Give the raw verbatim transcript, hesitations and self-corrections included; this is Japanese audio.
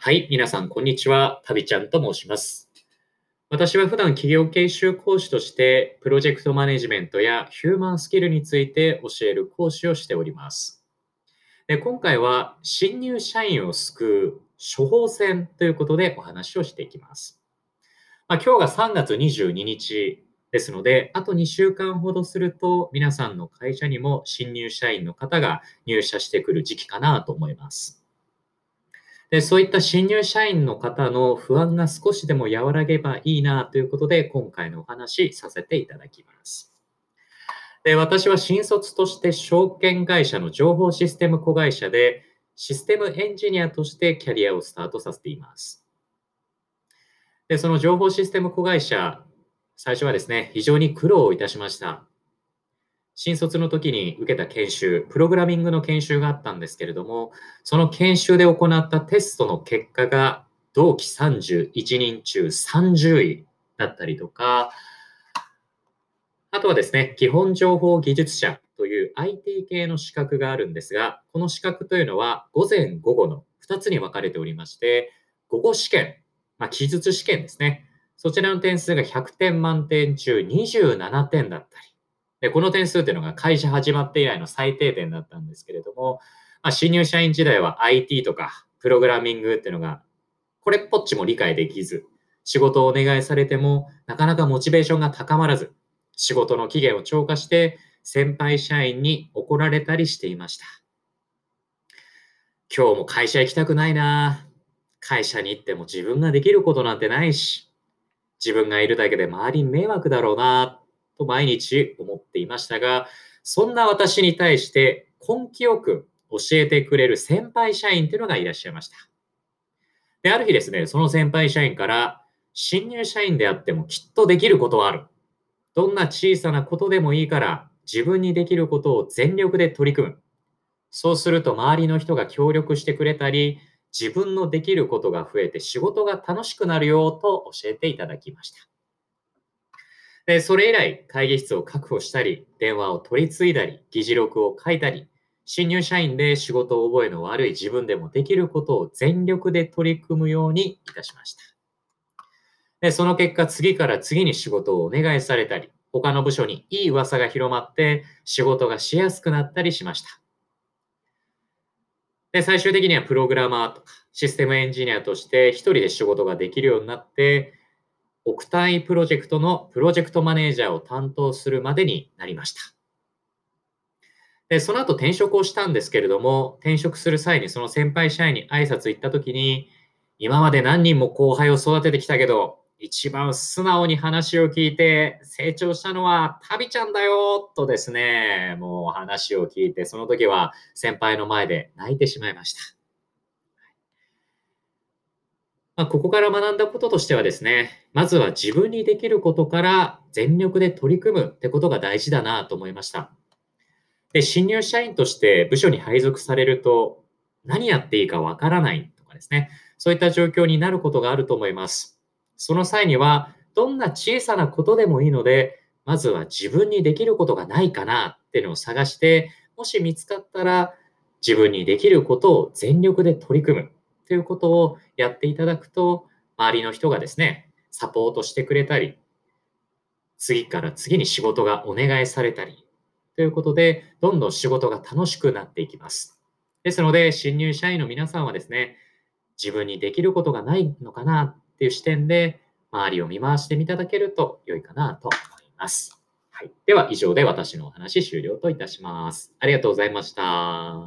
はい、皆さん、こんにちは。たびちゃんと申します。私は普段企業研修講師として、プロジェクトマネジメントやヒューマンスキルについて教える講師をしております。で今回は、新入社員を救う処方箋ということでお話をしていきます。まあ、今日がさんがつにじゅうににちですので、あとにしゅうかんほどすると、皆さんの会社にも新入社員の方が入社してくる時期かなと思います。で、そういった新入社員の方の不安が少しでも和らげばいいなということで、今回のお話させていただきます。で、私は新卒として証券会社の情報システム子会社で、システムエンジニアとしてキャリアをスタートさせています。で、その情報システム子会社、最初はですね、非常に苦労をいたしました。新卒の時に受けた研修、プログラミングの研修があったんですけれども、その研修で行ったテストの結果が、同期さんじゅういちにん中さんじゅういだったりとか、あとはですね、基本情報技術者という アイティー 系の資格があるんですが、この資格というのは午前午後のふたつに分かれておりまして、午後試験、まあ、記述試験ですね。そちらの点数がひゃくてん満点中にじゅうななてんだったり、で、この点数っていうのが会社始まって以来の最低点だったんですけれども、まあ、新入社員時代は アイティー とかプログラミングっていうのが、これっぽっちも理解できず、仕事をお願いされても、なかなかモチベーションが高まらず、仕事の期限を超過して、先輩社員に怒られたりしていました。今日も会社行きたくないな。会社に行っても自分ができることなんてないし、自分がいるだけで周りに迷惑だろうな、と毎日思っていましたが、そんな私に対して根気よく教えてくれる先輩社員というのがいらっしゃいました。で、ある日ですね、その先輩社員から、新入社員であってもきっとできることはある。どんな小さなことでもいいから、自分にできることを全力で取り組む。そうすると周りの人が協力してくれたり、自分のできることが増えて仕事が楽しくなるよと教えていただきました。で、それ以来、会議室を確保したり、電話を取り継いだり、議事録を書いたり、新入社員で仕事を覚えの悪い自分でもできることを全力で取り組むようにいたしました。で、その結果、次から次に仕事をお願いされたり、他の部署にいい噂が広まって、仕事がしやすくなったりしました。で、最終的にはプログラマーとかシステムエンジニアとして一人で仕事ができるようになって、億単位プロジェクトのプロジェクトマネージャーを担当するまでになりました。で、その後転職をしたんですけれども、転職する際にその先輩社員に挨拶行った時に、今まで何人も後輩を育ててきたけど、一番素直に話を聞いて成長したのはタビちゃんだよとですね、もう話を聞いて、その時は先輩の前で泣いてしまいました。まあ、ここから学んだこととしてはですね、まずは自分にできることから全力で取り組むってことが大事だなと思いました。で、新入社員として部署に配属されると、何やっていいかわからないとかですね、そういった状況になることがあると思います。その際には、どんな小さなことでもいいので、まずは自分にできることがないかなっていうのを探して、もし見つかったら、自分にできることを全力で取り組むということをやっていただくと、周りの人がですね、サポートしてくれたり、次から次に仕事がお願いされたり、ということで、どんどん仕事が楽しくなっていきます。ですので、新入社員の皆さんはですね、自分にできることがないのかなっていう視点で、周りを見回していただけると良いかなと思います。はい。では、以上で私のお話終了といたします。ありがとうございました。